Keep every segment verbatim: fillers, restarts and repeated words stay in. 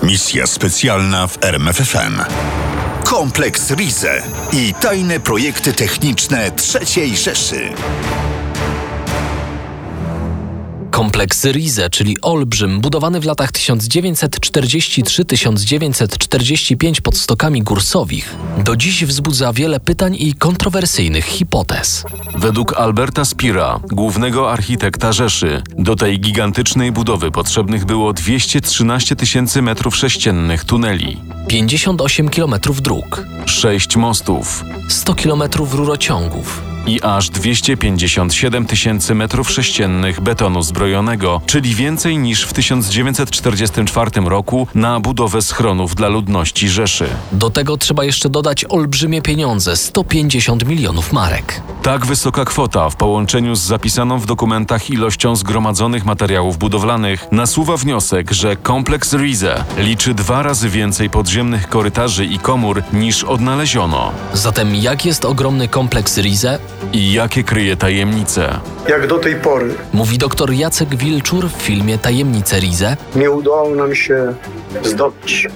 Misja specjalna w R M F F M. Kompleks Rize i tajne projekty techniczne trzeciej Rzeszy. Kompleks Rize, czyli olbrzym, budowany w latach tysiąc dziewięćset czterdziesty trzeci do tysiąc dziewięćset czterdziestego piątego pod stokami Gursowich, do dziś wzbudza wiele pytań i kontrowersyjnych hipotez. Według Alberta Speera, głównego architekta Rzeszy, do tej gigantycznej budowy potrzebnych było dwieście trzynaście tysięcy metrów sześciennych tuneli, pięćdziesiąt osiem kilometrów dróg, sześć mostów, sto kilometrów rurociągów i aż dwieście pięćdziesiąt siedem tysięcy metrów sześciennych betonu zbrojonego, czyli więcej niż w tysiąc dziewięćset czterdziestym czwartym roku na budowę schronów dla ludności Rzeszy. Do tego trzeba jeszcze dodać olbrzymie pieniądze, sto pięćdziesiąt milionów marek. Tak wysoka kwota w połączeniu z zapisaną w dokumentach ilością zgromadzonych materiałów budowlanych nasuwa wniosek, że kompleks Rize liczy dwa razy więcej podziemnych korytarzy i komór niż odnaleziono. Zatem jak jest ogromny kompleks Rize? I jakie kryje tajemnice? Jak do tej pory Mówi dr Jacek Wilczur w filmie Tajemnice Rize. nie udało nam się zdobyć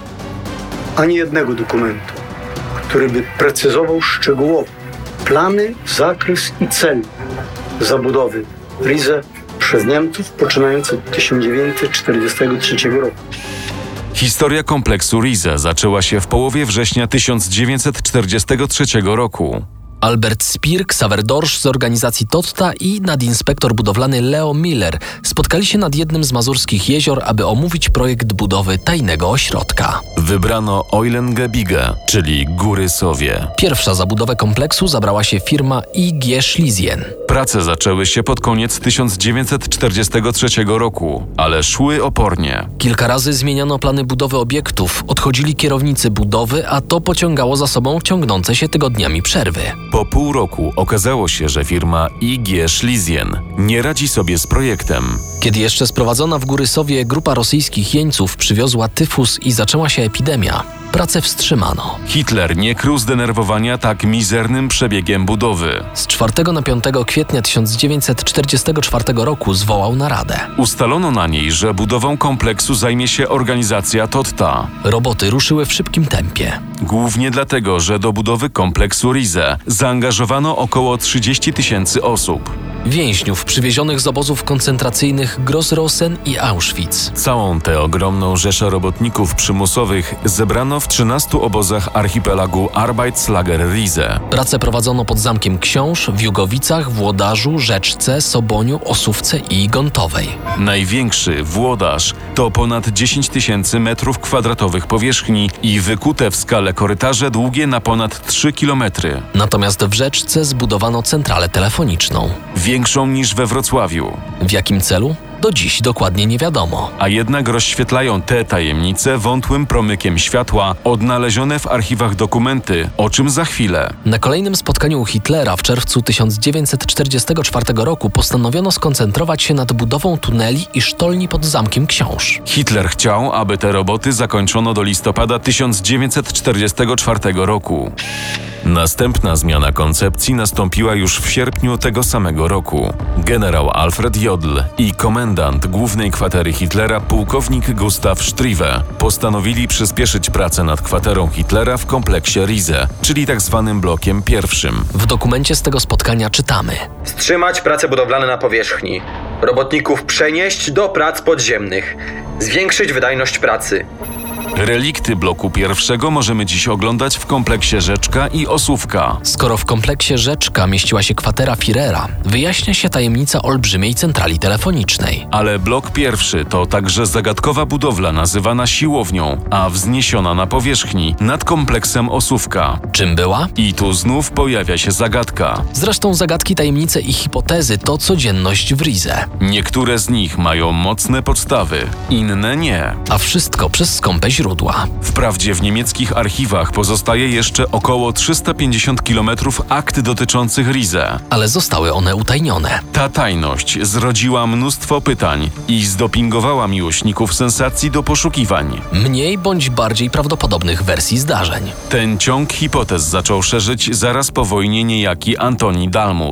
ani jednego dokumentu, który by precyzował szczegółowo plany, zakres i cel zabudowy Rize przez Niemców poczynając od tysiąc dziewięćset czterdziestego trzeciego roku. Historia kompleksu Rize zaczęła się w połowie września tysiąc dziewięćset czterdziestego trzeciego roku. Albert Speer, Xaver Dorsch z organizacji Totta i nadinspektor budowlany Leo Miller spotkali się nad jednym z mazurskich jezior, aby omówić projekt budowy tajnego ośrodka. Wybrano Eulengebirge, czyli Góry Sowie. Pierwsza za budowę kompleksu zabrała się firma I G Schlesien. Prace zaczęły się pod koniec tysiąc dziewięćset czterdziestego trzeciego roku, ale szły opornie. Kilka razy zmieniano plany budowy obiektów, odchodzili kierownicy budowy, a to pociągało za sobą ciągnące się tygodniami przerwy. Po pół roku okazało się, że firma I G Schlesien nie radzi sobie z projektem. Kiedy jeszcze sprowadzona w Góry Sowie grupa rosyjskich jeńców przywiozła tyfus i zaczęła się epidemia, pracę wstrzymano. Hitler nie krył zdenerwowania tak mizernym przebiegiem budowy. Z czwartego na piątego kwietnia tysiąc dziewięćset czterdziestego czwartego roku zwołał naradę. Ustalono na niej, że budową kompleksu zajmie się organizacja Totta. Roboty ruszyły w szybkim tempie. Głównie dlatego, że do budowy kompleksu Rize zaangażowano około trzydzieści tysięcy osób. Więźniów przywiezionych z obozów koncentracyjnych Grossrosen i Auschwitz. Całą tę ogromną rzeszę robotników przymusowych zebrano w trzynastu obozach archipelagu Arbeitslager Rize. Pracę prowadzono pod Zamkiem Książ, w Jugowicach, Włodarzu, Rzeczce, Soboniu, Osówce i Gontowej. Największy, Włodarz, to ponad dziesięć tysięcy metrów kwadratowych powierzchni i wykute w skale korytarze długie na ponad trzy kilometry. Natomiast w Rzeczce zbudowano centralę telefoniczną. Większą niż we Wrocławiu. W jakim celu? Do dziś dokładnie nie wiadomo. A jednak rozświetlają te tajemnice wątłym promykiem światła odnalezione w archiwach dokumenty, o czym za chwilę. Na kolejnym spotkaniu u Hitlera w czerwcu tysiąc dziewięćset czterdziestego czwartego roku postanowiono skoncentrować się nad budową tuneli i sztolni pod Zamkiem Książ. Hitler chciał, aby te roboty zakończono do listopada tysiąc dziewięćset czterdziestego czwartego roku. Następna zmiana koncepcji nastąpiła już w sierpniu tego samego roku. Generał Alfred Jodl i komendant głównej kwatery Hitlera, pułkownik Gustav Struve, postanowili przyspieszyć pracę nad kwaterą Hitlera w kompleksie Rize, czyli tak zwanym blokiem pierwszym. W dokumencie z tego spotkania czytamy: Wstrzymać prace budowlane na powierzchni. Robotników przenieść do prac podziemnych. Zwiększyć wydajność pracy. Relikty bloku pierwszego możemy dziś oglądać w kompleksie Rzeczka i Osówka. Skoro w kompleksie Rzeczka mieściła się kwatera Führera, wyjaśnia się tajemnica olbrzymiej centrali telefonicznej. Ale blok pierwszy to także zagadkowa budowla nazywana siłownią, a wzniesiona na powierzchni nad kompleksem Osówka. Czym była? I tu znów pojawia się zagadka. Zresztą zagadki, tajemnice i hipotezy to codzienność w Rize. Niektóre z nich mają mocne podstawy, inne nie. A wszystko przez skąpe źródła. Wprawdzie w niemieckich archiwach pozostaje jeszcze około trzysta pięćdziesiąt kilometrów akt dotyczących Rize. Ale zostały one utajnione. Ta tajność zrodziła mnóstwo pytań i zdopingowała miłośników sensacji do poszukiwań. Mniej bądź bardziej prawdopodobnych wersji zdarzeń. Ten ciąg hipotez zaczął szerzyć zaraz po wojnie niejaki Antoni Dalmus.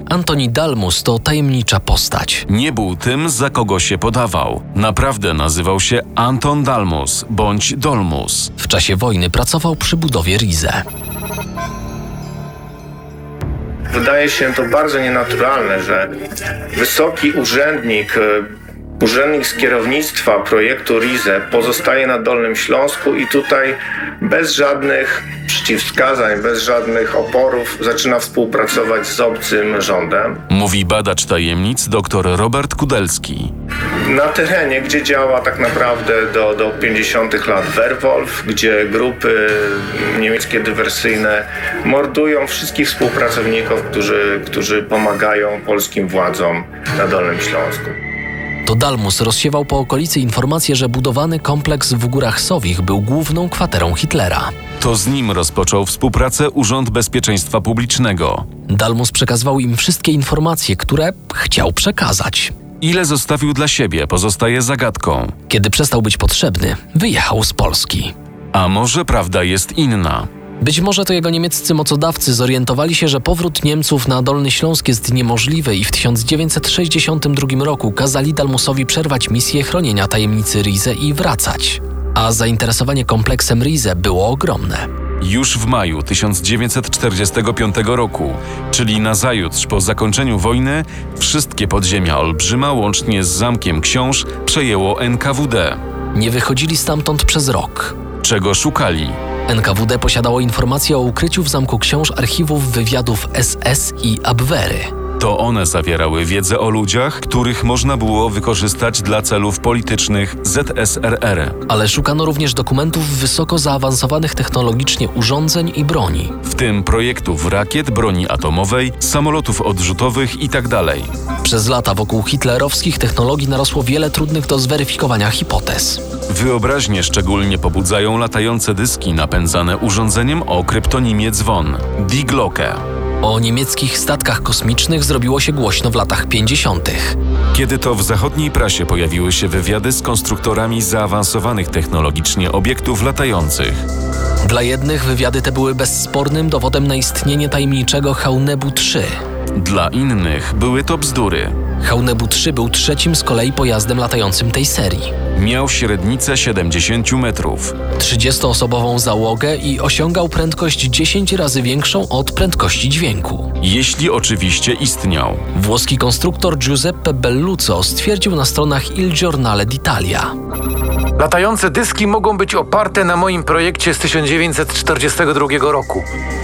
Antoni Dalmus to tajemnicza postać. Nie był tym, za kogo się podawał. Naprawdę nazywał się Anton Dalmus bądź Dolmus. W czasie wojny pracował przy budowie Rize. Wydaje się to bardzo nienaturalne, że wysoki urzędnik, urzędnik z kierownictwa projektu Rize pozostaje na Dolnym Śląsku i tutaj bez żadnych przeciwwskazań, bez żadnych oporów zaczyna współpracować z obcym rządem. Mówi badacz tajemnic dr Robert Kudelski. Na terenie, gdzie działa tak naprawdę do, do pięćdziesiątych lat Werwolf, gdzie grupy niemieckie dywersyjne mordują wszystkich współpracowników, którzy, którzy pomagają polskim władzom na Dolnym Śląsku. To Dalmus rozsiewał po okolicy informację, że budowany kompleks w Górach Sowich był główną kwaterą Hitlera. To z nim rozpoczął współpracę Urząd Bezpieczeństwa Publicznego. Dalmus przekazywał im wszystkie informacje, które chciał przekazać. Ile zostawił dla siebie, pozostaje zagadką. Kiedy przestał być potrzebny, wyjechał z Polski. A może prawda jest inna? Być może to jego niemieccy mocodawcy zorientowali się, że powrót Niemców na Dolny Śląsk jest niemożliwy i w tysiąc dziewięćset sześćdziesiątym drugim roku kazali Dalmusowi przerwać misję chronienia tajemnicy Rize i wracać. A zainteresowanie kompleksem Rize było ogromne. Już w maju tysiąc dziewięćset czterdziestego piątego roku, czyli nazajutrz po zakończeniu wojny, wszystkie podziemia Olbrzyma łącznie z Zamkiem Książ przejęło N K W D. Nie wychodzili stamtąd przez rok. Czego szukali? N K W D posiadało informacje o ukryciu w Zamku Książ archiwów wywiadów S S i Abwehry. To one zawierały wiedzę o ludziach, których można było wykorzystać dla celów politycznych Z S R R. Ale szukano również dokumentów wysoko zaawansowanych technologicznie urządzeń i broni. W tym projektów rakiet, broni atomowej, samolotów odrzutowych itd. Przez lata wokół hitlerowskich technologii narosło wiele trudnych do zweryfikowania hipotez. Wyobraźnię szczególnie pobudzają latające dyski napędzane urządzeniem o kryptonimie dzwon – Die Glocke. O niemieckich statkach kosmicznych zrobiło się głośno w latach pięćdziesiątych. Kiedy to w zachodniej prasie pojawiły się wywiady z konstruktorami zaawansowanych technologicznie obiektów latających. Dla jednych wywiady te były bezspornym dowodem na istnienie tajemniczego Haunebu trzy. Dla innych były to bzdury. Haunebu trzy był trzecim z kolei pojazdem latającym tej serii. Miał średnicę siedemdziesiąt metrów. trzydziestoosobową załogę i osiągał prędkość dziesięć razy większą od prędkości dźwięku. Jeśli oczywiście istniał. Włoski konstruktor Giuseppe Bellucco stwierdził na stronach Il Giornale d'Italia. Latające dyski mogą być oparte na moim projekcie z tysiąc dziewięćset czterdziestego drugiego roku.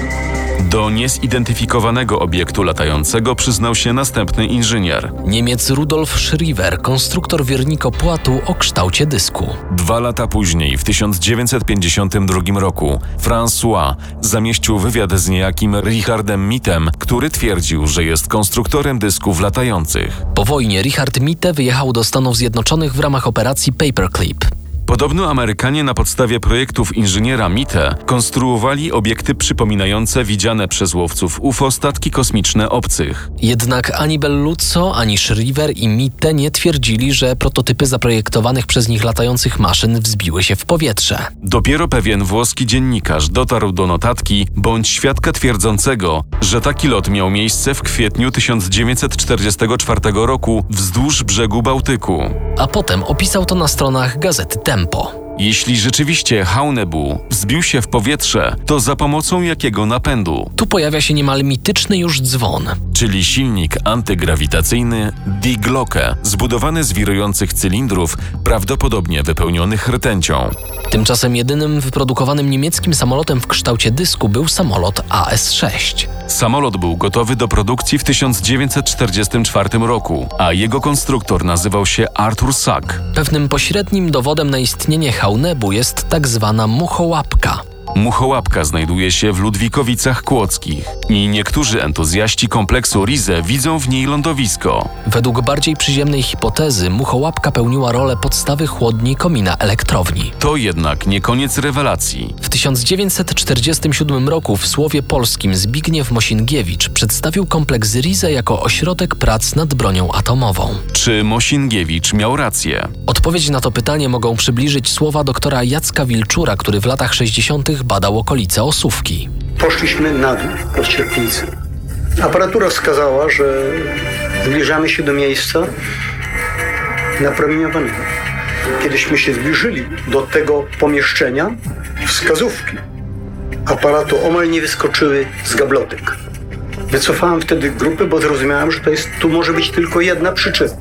Do niezidentyfikowanego obiektu latającego przyznał się następny inżynier. Niemiec Rudolf Schriever, konstruktor wirnikopłatu o kształcie dysku. Dwa lata później, w tysiąc dziewięćset pięćdziesiątym drugim roku, François zamieścił wywiad z niejakim Richardem Mittem, który twierdził, że jest konstruktorem dysków latających. Po wojnie Richard Mitte wyjechał do Stanów Zjednoczonych w ramach operacji Paperclip. Podobno Amerykanie na podstawie projektów inżyniera Mitte konstruowali obiekty przypominające widziane przez łowców U F O statki kosmiczne obcych. Jednak ani Bellucco, ani Schriever i Mitte nie twierdzili, że prototypy zaprojektowanych przez nich latających maszyn wzbiły się w powietrze. Dopiero pewien włoski dziennikarz dotarł do notatki bądź świadka twierdzącego, że taki lot miał miejsce w kwietniu tysiąc dziewięćset czterdziestego czwartego roku wzdłuż brzegu Bałtyku. A potem opisał to na stronach gazety Tempo. Jeśli rzeczywiście Haunebu wzbił się w powietrze, to za pomocą jakiego napędu? Tu pojawia się niemal mityczny już dzwon. Czyli silnik antygrawitacyjny Die Glocke, zbudowany z wirujących cylindrów, prawdopodobnie wypełnionych rtęcią. Tymczasem jedynym wyprodukowanym niemieckim samolotem w kształcie dysku był samolot A S sześć. Samolot był gotowy do produkcji w tysiąc dziewięćset czterdziestym czwartym roku, a jego konstruktor nazywał się Arthur Sack. Pewnym pośrednim dowodem na istnienie Haunebu jest tak zwana muchołapka. Muchołapka znajduje się w Ludwikowicach Kłodzkich i niektórzy entuzjaści kompleksu Rize widzą w niej lądowisko. Według bardziej przyziemnej hipotezy muchołapka pełniła rolę podstawy chłodni komina elektrowni. To jednak nie koniec rewelacji. W tysiąc dziewięćset czterdziestym siódmym roku w Słowie Polskim Zbigniew Mosingiewicz przedstawił kompleks Rize jako ośrodek prac nad bronią atomową. Czy Mosingiewicz miał rację? Odpowiedź na to pytanie mogą przybliżyć słowa doktora Jacka Wilczura, który w latach sześćdziesiątych badał okolice Osówki. Poszliśmy na dół od Sierpnicy. Aparatura wskazała, że zbliżamy się do miejsca napromieniowanego. Kiedyśmy się zbliżyli do tego pomieszczenia, wskazówki aparatu omal nie wyskoczyły z gablotek. Wycofałem wtedy grupę, bo zrozumiałem, że to jest, tu może być tylko jedna przyczyna.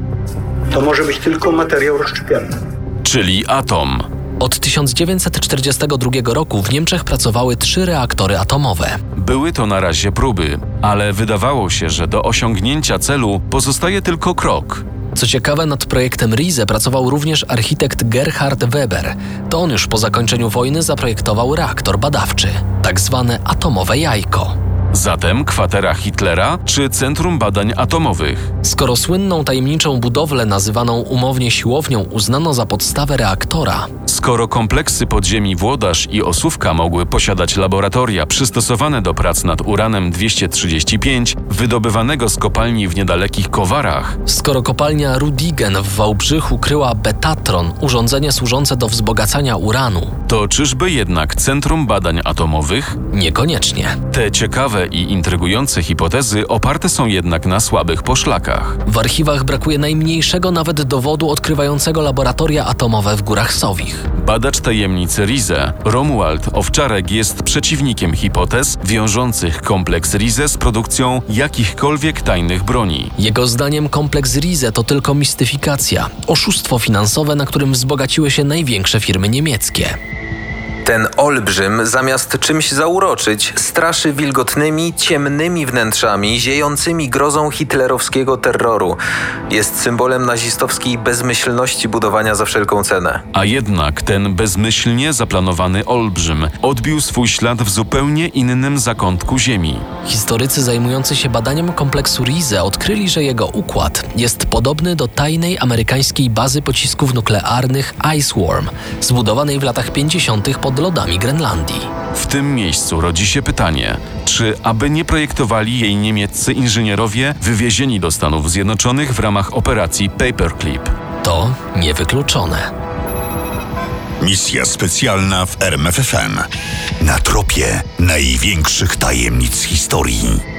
To może być tylko materiał rozszczepialny. Czyli atom. Od tysiąc dziewięćset czterdziestego drugiego roku w Niemczech pracowały trzy reaktory atomowe. Były to na razie próby, ale wydawało się, że do osiągnięcia celu pozostaje tylko krok. Co ciekawe, nad projektem RISE pracował również architekt Gerhard Weber. To on już po zakończeniu wojny zaprojektował reaktor badawczy, tak zwane atomowe jajko. Zatem kwatera Hitlera czy Centrum Badań Atomowych? Skoro słynną tajemniczą budowlę nazywaną umownie siłownią uznano za podstawę reaktora, Skoro kompleksy podziemi Włodarz i Osówka mogły posiadać laboratoria przystosowane do prac nad uranem dwieście trzydzieści pięć, wydobywanego z kopalni w niedalekich Kowarach, skoro kopalnia Rudigen w Wałbrzychu kryła betatron, urządzenie służące do wzbogacania uranu, to czyżby jednak Centrum Badań Atomowych? niekoniecznie. Te ciekawe i intrygujące hipotezy oparte są jednak na słabych poszlakach. W archiwach brakuje najmniejszego nawet dowodu odkrywającego laboratoria atomowe w Górach Sowich. Badacz tajemnicy RISE, Romuald Owczarek, jest przeciwnikiem hipotez wiążących kompleks RISE z produkcją jakichkolwiek tajnych broni. Jego zdaniem kompleks RISE to tylko mistyfikacja, oszustwo finansowe, na którym wzbogaciły się największe firmy niemieckie. Ten olbrzym, zamiast czymś zauroczyć, straszy wilgotnymi, ciemnymi wnętrzami, ziejącymi grozą hitlerowskiego terroru. Jest symbolem nazistowskiej bezmyślności budowania za wszelką cenę. A jednak ten bezmyślnie zaplanowany olbrzym odbił swój ślad w zupełnie innym zakątku Ziemi. Historycy zajmujący się badaniem kompleksu RISE odkryli, że jego układ jest podobny do tajnej amerykańskiej bazy pocisków nuklearnych Ice Worm, zbudowanej w latach pięćdziesiątych pod lodami Grenlandii. W tym miejscu rodzi się pytanie, czy aby nie projektowali jej niemieccy inżynierowie wywiezieni do Stanów Zjednoczonych w ramach operacji Paperclip? To niewykluczone. Misja specjalna w R M F F M. Na tropie największych tajemnic historii.